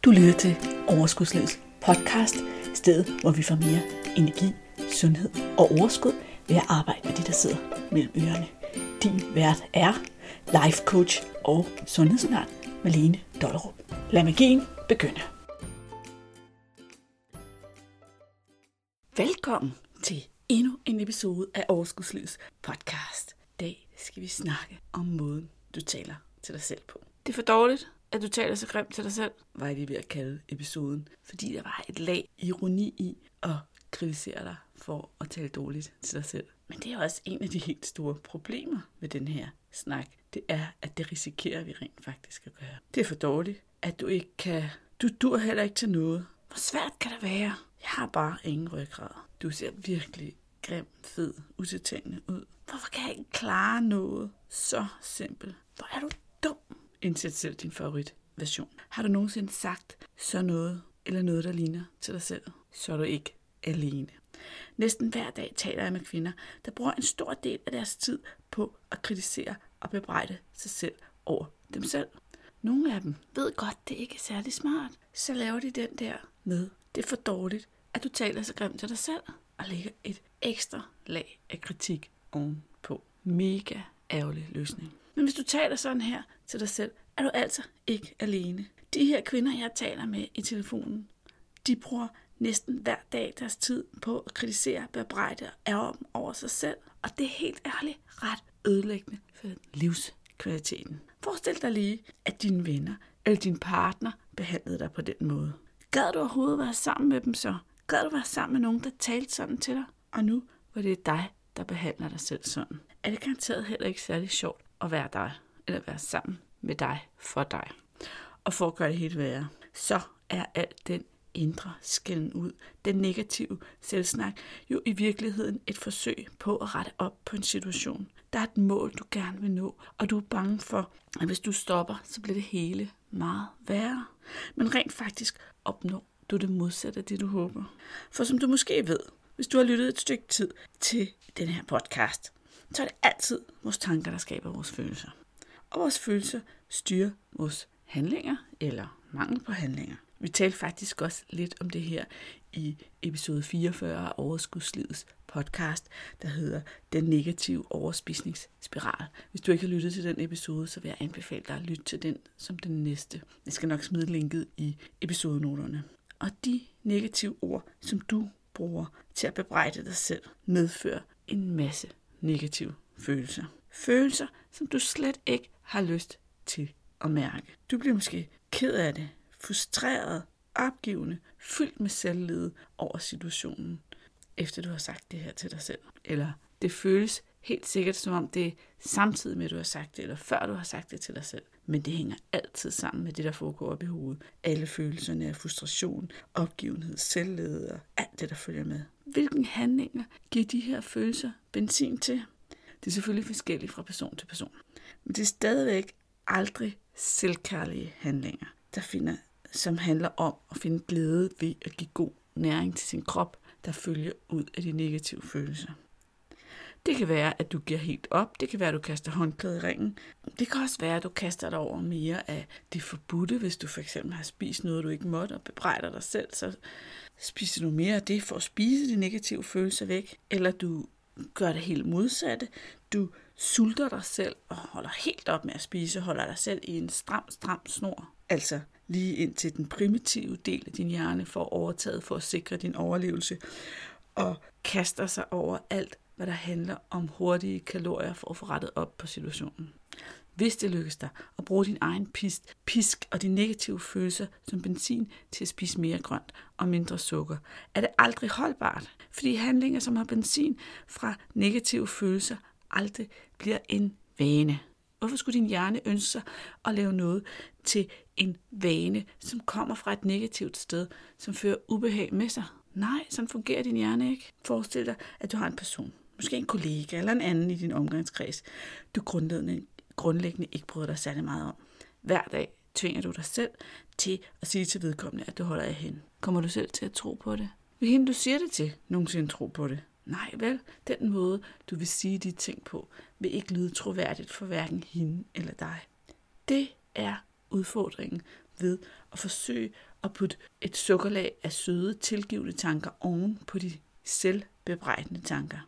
Du lytter til Overskudslivets podcast, stedet hvor vi får mere energi, sundhed og overskud ved at arbejde med de, der sidder mellem ørerne. Din vært er life coach og sundhedsundern Malene Dollerup. Lad magien begynde. Velkommen til endnu en episode af Overskudslivets podcast. I dag skal vi snakke om måden, du taler til dig selv på. Det er for dårligt, at du taler så grimt til dig selv, var jeg lige ved at kalde episoden, fordi der var et lag ironi i at kritisere dig for at tale dårligt til dig selv. Men det er også en af de helt store problemer med den her snak. Det er, at det risikerer vi rent faktisk at gøre. Det er for dårligt, at du ikke kan. Du dur heller ikke til noget. Hvor svært kan det være? Jeg har bare ingen ryggrad. Du ser virkelig grim, fed, utiltalende ud. Hvorfor kan jeg ikke klare noget så simpelt? Hvor er du dum? Indsæt selv din favoritversion. Har du nogensinde sagt så noget, eller noget, der ligner til dig selv, så er du ikke alene. Næsten hver dag taler jeg med kvinder, der bruger en stor del af deres tid på at kritisere og bebrejde sig selv over dem selv. Nogle af dem ved godt, det ikke er særlig smart. Så laver de den der med, det er for dårligt, at du taler så grimt til dig selv, og lægger et ekstra lag af kritik ovenpå. Mega ærgerlig løsning. Men hvis du taler sådan her til dig selv, er du altså ikke alene. De her kvinder, jeg taler med i telefonen, de bruger næsten hver dag deres tid på at kritisere, bebrejde og ærge dem over sig selv. Og det er helt ærligt ret ødelæggende for livskvaliteten. Forestil dig lige, at dine venner eller din partner behandlede dig på den måde. Gad du overhovedet være sammen med dem så? Gad du være sammen med nogen, der talte sådan til dig? Og nu var det dig, der behandler dig selv sådan. Er det garanteret heller ikke særlig sjovt at være dig, eller være sammen med dig for dig. Og for at gøre det helt værre, så er alt den indre skælden ud, den negative selvsnak, jo i virkeligheden et forsøg på at rette op på en situation. Der er et mål, du gerne vil nå, og du er bange for, at hvis du stopper, så bliver det hele meget værre. Men rent faktisk opnår du det modsatte af det, du håber. For som du måske ved, hvis du har lyttet et stykke tid til den her podcast, så er det altid vores tanker, der skaber vores følelser. Og vores følelser styrer vores handlinger eller mangel på handlinger. Vi talte faktisk også lidt om det her i episode 44 af Overskudslivets podcast, der hedder Den negative overspisningsspiral. Hvis du ikke har lyttet til den episode, så vil jeg anbefale dig at lytte til den som den næste. Jeg skal nok smide linket i episodenoterne. Og de negative ord, som du bruger til at bebrejde dig selv, medfører en masse negative følelser. Følelser, som du slet ikke har lyst til at mærke. Du bliver måske ked af det, frustreret, opgivende, fyldt med selvlede over situationen, efter du har sagt det her til dig selv. Eller det føles helt sikkert, som om det er samtidig med, at du har sagt det, eller før du har sagt det til dig selv. Men det hænger altid sammen med det, der foregår op i hovedet. Alle følelserne af frustration, opgivenhed, selvlede og alt det, der følger med. Hvilke handlinger giver de her følelser benzin til? Det er selvfølgelig forskelligt fra person til person. Men det er stadigvæk aldrig selvkærlige handlinger, som handler om at finde glæde ved at give god næring til sin krop, der følger ud af de negative følelser. Det kan være, at du giver helt op. Det kan være, at du kaster håndklædet i ringen. Det kan også være, at du kaster dig over mere af det forbudte, hvis du for eksempel har spist noget, du ikke måtte, og bebrejder dig selv, så spiser du mere af det for at spise de negative følelser væk. Eller du gør det helt modsatte. Du sulter dig selv og holder helt op med at spise, holder dig selv i en stram snor. Altså lige indtil den primitive del af din hjerne får overtaget for at sikre din overlevelse, og kaster sig over alt, hvad der handler om hurtige kalorier for at få rettet op på situationen. Hvis det lykkes dig at bruge din egen pisk og de negative følelser som benzin til at spise mere grønt og mindre sukker, er det aldrig holdbart, fordi handlinger, som har benzin fra negative følelser, aldrig bliver en vane. Hvorfor skulle din hjerne ønske sig at lave noget til en vane, som kommer fra et negativt sted, som fører ubehag med sig? Nej, sådan fungerer din hjerne ikke. Forestil dig, at du har en person, måske en kollega eller en anden i din omgangskreds, du grundlæggende ikke bryder dig særlig meget om. Hver dag tvinger du dig selv til at sige til vedkommende, at du holder af hende. Kommer du selv til at tro på det? Vil hende, du siger det til, nogensinde tro på det? Nej, vel? Den måde, du vil sige de ting på, vil ikke lyde troværdigt for hverken hende eller dig. Det er udfordringen ved at forsøge og put et sukkerlag af søde, tilgivende tanker oven på de selvbebrejdende tanker.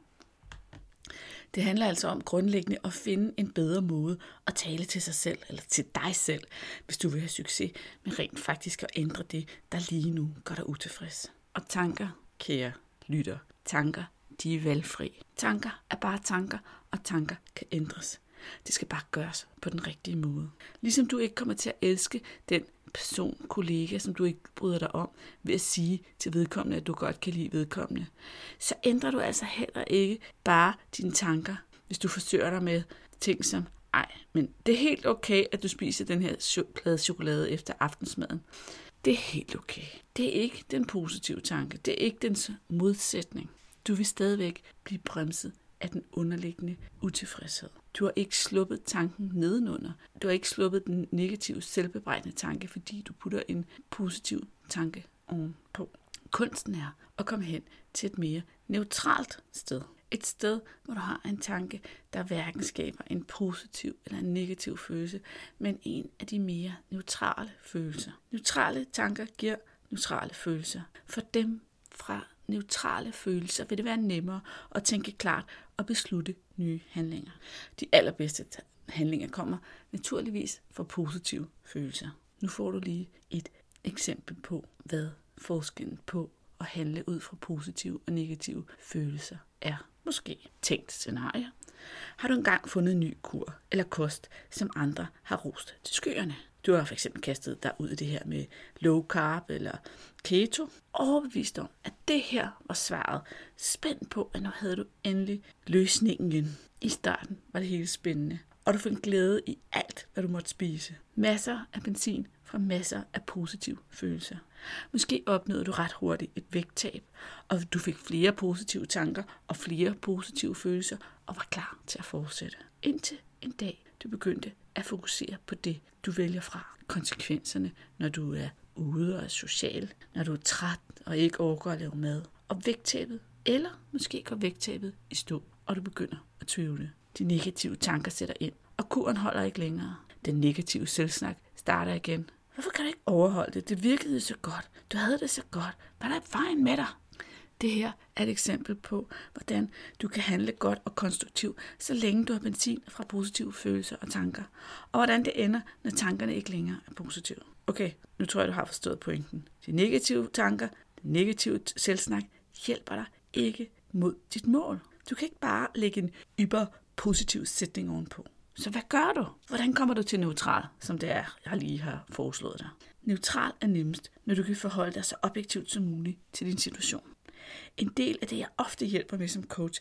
Det handler altså om grundlæggende at finde en bedre måde at tale til sig selv, eller til dig selv, hvis du vil have succes med rent faktisk at ændre det, der lige nu gør dig utilfreds. Og tanker, kære lytter, tanker, de er valgfri. Tanker er bare tanker, og tanker kan ændres. Det skal bare gøres på den rigtige måde. Ligesom du ikke kommer til at elske den person, kollega, som du ikke bryder dig om, ved at sige til vedkommende, at du godt kan lide vedkommende, så ændrer du altså heller ikke bare dine tanker, hvis du forsøger dig med ting som, men det er helt okay, at du spiser den her plade chokolade efter aftensmaden. Det er helt okay. Det er ikke den positive tanke. Det er ikke dens modsætning. Du vil stadigvæk blive bremset af den underliggende utilfredshed. Du har ikke sluppet tanken nedenunder. Du har ikke sluppet den negative, selvbebrejdende tanke, fordi du putter en positiv tanke ovenpå. Kunsten er at komme hen til et mere neutralt sted. Et sted, hvor du har en tanke, der hverken skaber en positiv eller en negativ følelse, men en af de mere neutrale følelser. Neutrale tanker giver neutrale følelser. For dem fra neutrale følelser vil det være nemmere at tænke klart og beslutte nye handlinger. De allerbedste handlinger kommer naturligvis fra positive følelser. Nu får du lige et eksempel på, hvad forskellen på at handle ud fra positive og negative følelser er. Måske tænkt scenarie. Har du engang fundet en ny kur eller kost, som andre har rost til skyerne? Du har for eksempel kastet dig ud i det her med low carb eller keto, overbevist om, at det her var svaret. Spændt på, at nu havde du endelig løsningen igen. I starten var det hele spændende, og du fandt glæde i alt, hvad du måtte spise. Masser af benzin fra masser af positive følelser. Måske opnåede du ret hurtigt et vægttab, og du fik flere positive tanker og flere positive følelser, og var klar til at fortsætte. Indtil en dag, du begyndte at fokusere på det, du vælger fra. Konsekvenserne, når du er ude og er social, når du er træt og ikke overgår at lave mad. Og vægttabet, eller måske går vægttabet i stå, og du begynder at tvivle. De negative tanker sætter ind, og kuren holder ikke længere. Den negative selvsnak starter igen. Hvorfor kan du ikke overholde det? Det virkede så godt. Du havde det så godt. Hvad er der i vejen med dig? Det her er et eksempel på, hvordan du kan handle godt og konstruktivt, så længe du har benzin fra positive følelser og tanker. Og hvordan det ender, når tankerne ikke længere er positive. Okay, nu tror jeg, du har forstået pointen. De negative tanker, den negative selvsnak hjælper dig ikke mod dit mål. Du kan ikke bare lægge en positiv sætning ovenpå. Så hvad gør du? Hvordan kommer du til neutral, som det er, jeg lige har foreslået dig? Neutral er nemmest, når du kan forholde dig så objektivt som muligt til din situation. En del af det, jeg ofte hjælper med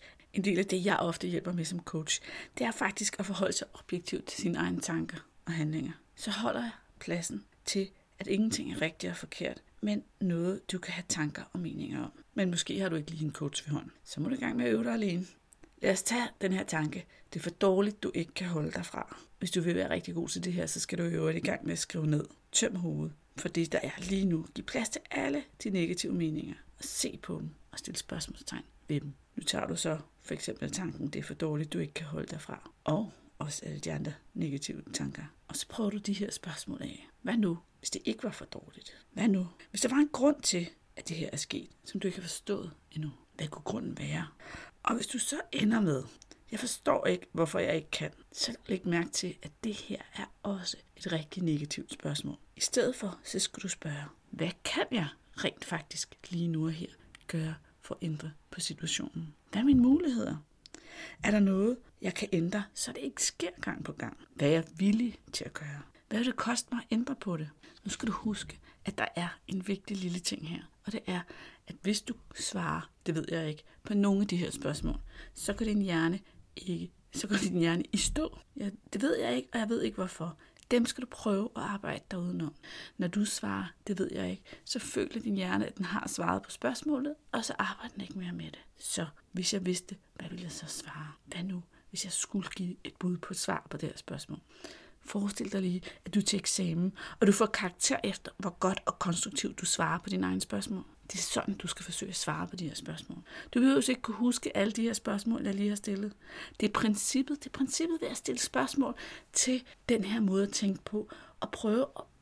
som coach, det er faktisk at forholde sig objektivt til sine egne tanker og handlinger. Så holder jeg pladsen til, at ingenting er rigtigt og forkert, men noget, du kan have tanker og meninger om. Men måske har du ikke lige en coach ved hånden. Så må du i gang med at øve dig alene. Lad os tage den her tanke. Det er for dårligt, du ikke kan holde dig fra. Hvis du vil være rigtig god til det her, så skal du øve dig i gang med at skrive ned. Tøm hovedet for det, der er lige nu. Giv plads til alle de negative meninger. Og se på dem og stille spørgsmålstegn ved dem. Nu tager du så for eksempel tanken, det er for dårligt, du ikke kan holde dig fra. Og også alle de andre negative tanker. Og så prøver du de her spørgsmål af. Hvad nu, hvis det ikke var for dårligt? Hvad nu, hvis der var en grund til, at det her er sket, som du ikke har forstået endnu? Hvad kunne grunden være? Og hvis du så ender med, jeg forstår ikke, hvorfor jeg ikke kan, så læg mærke til, at det her er også et rigtig negativt spørgsmål. I stedet for, så skal du spørge, hvad kan jeg rent faktisk lige nu og her gøre for at ændre på situationen? Hvad er mine muligheder? Er der noget, jeg kan ændre, så det ikke sker gang på gang? Hvad er jeg villig til at gøre? Hvad vil det koste mig at ændre på det? Nu skal du huske, at der er en vigtig lille ting her. Og det er, at hvis du svarer, det ved jeg ikke, på nogle af de her spørgsmål, så går din hjerne i stå. Ja, det ved jeg ikke, og jeg ved ikke hvorfor. Dem skal du prøve at arbejde dig udenom. Når du svarer, det ved jeg ikke, så føler din hjerne, at den har svaret på spørgsmålet, og så arbejder den ikke mere med det. Så hvis jeg vidste, hvad ville jeg så svare? Hvad nu, hvis jeg skulle give et bud på et svar på det her spørgsmål? Forestil dig lige, at du er til eksamen, og du får karakter efter, hvor godt og konstruktivt du svarer på dine egne spørgsmål. Det er sådan, du skal forsøge at svare på de her spørgsmål. Du vil jo ikke kunne huske alle de her spørgsmål, jeg lige har stillet. Det er princippet ved at stille spørgsmål til den her måde at tænke på, og prøve at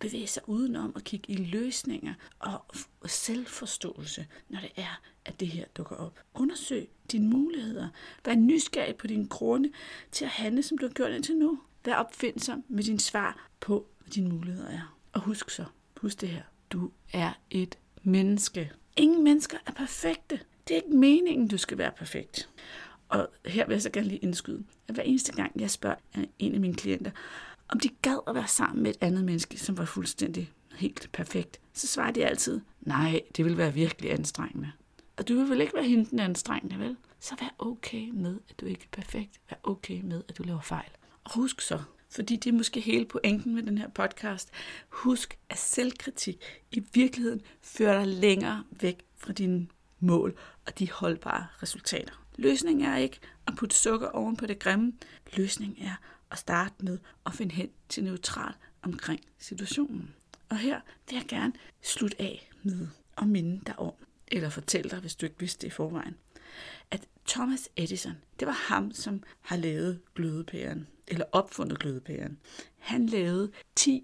bevæge sig udenom og kigge i løsninger og selvforståelse, når det er, at det her dukker op. Undersøg dine muligheder. Vær nysgerrig på dine grunde til at handle, som du har gjort indtil nu. Vær opfindsom med dine svar på, hvad dine muligheder er. Og husk det her. Du er et menneske. Ingen mennesker er perfekte. Det er ikke meningen, du skal være perfekt. Og her vil jeg så gerne lige indskyde, at hver eneste gang, jeg spørger en af mine klienter, om de gad at være sammen med et andet menneske, som var fuldstændig helt perfekt, så svarer de altid, nej, det vil være virkelig anstrengende. Og du vil vel ikke være henten anstrengende, vel? Så vær okay med, at du ikke er perfekt. Vær okay med, at du laver fejl. Og husk så, fordi det er måske hele pointen med den her podcast, husk, at selvkritik i virkeligheden fører dig længere væk fra dine mål og de holdbare resultater. Løsningen er ikke at putte sukker oven på det grimme. Løsningen er at starte med at finde hen til neutral omkring situationen. Og her vil jeg gerne slutte af med at minde dig om, eller fortælle dig, hvis du ikke vidste det i forvejen, at Thomas Edison, det var ham, som har lavet glødepæren, eller opfundet glødepæren. Han lavede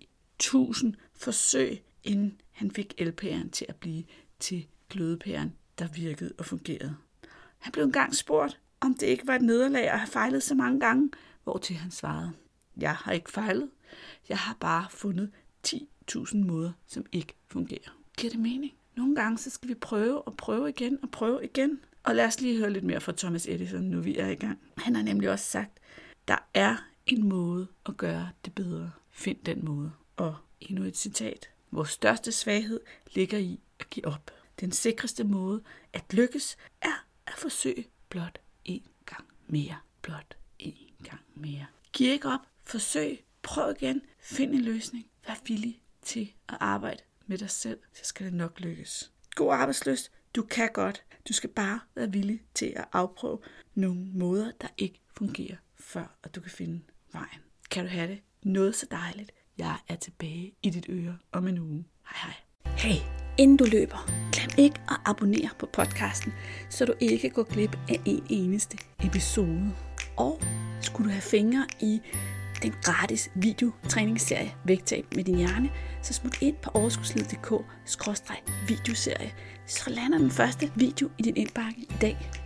10.000 forsøg, inden han fik elpæren til at blive til glødepæren, der virkede og fungerede. Han blev engang spurgt, om det ikke var et nederlag at have fejlet så mange gange, hvortil han svarede, jeg har ikke fejlet, jeg har bare fundet 10.000 måder, som ikke fungerer. Giver det mening? Nogle gange så skal vi prøve igen og prøve igen. Og lad os lige høre lidt mere fra Thomas Edison, nu vi er i gang. Han har nemlig også sagt, der er en måde at gøre det bedre. Find den måde. Og endnu et citat. Vores største svaghed ligger i at give op. Den sikreste måde at lykkes er at forsøge blot en gang mere. Blot en gang mere. Giv ikke op. Forsøg. Prøv igen. Find en løsning. Vær villig til at arbejde med dig selv, så skal det nok lykkes. God arbejdslyst. Du kan godt. Du skal bare være villig til at afprøve nogle måder, der ikke fungerer, før at du kan finde vejen. Kan du have det? Noget så dejligt. Jeg er tilbage i dit øre om en uge. Hej hej. Hey, inden du løber, glem ikke at abonnere på podcasten, så du ikke går glip af en eneste episode. Og skulle du have fingre i den gratis videotræningsserie Vægtab med din hjerne, så smut ind på overskudslivet.dk/videoserie, så lander den første video i din indbakke i dag.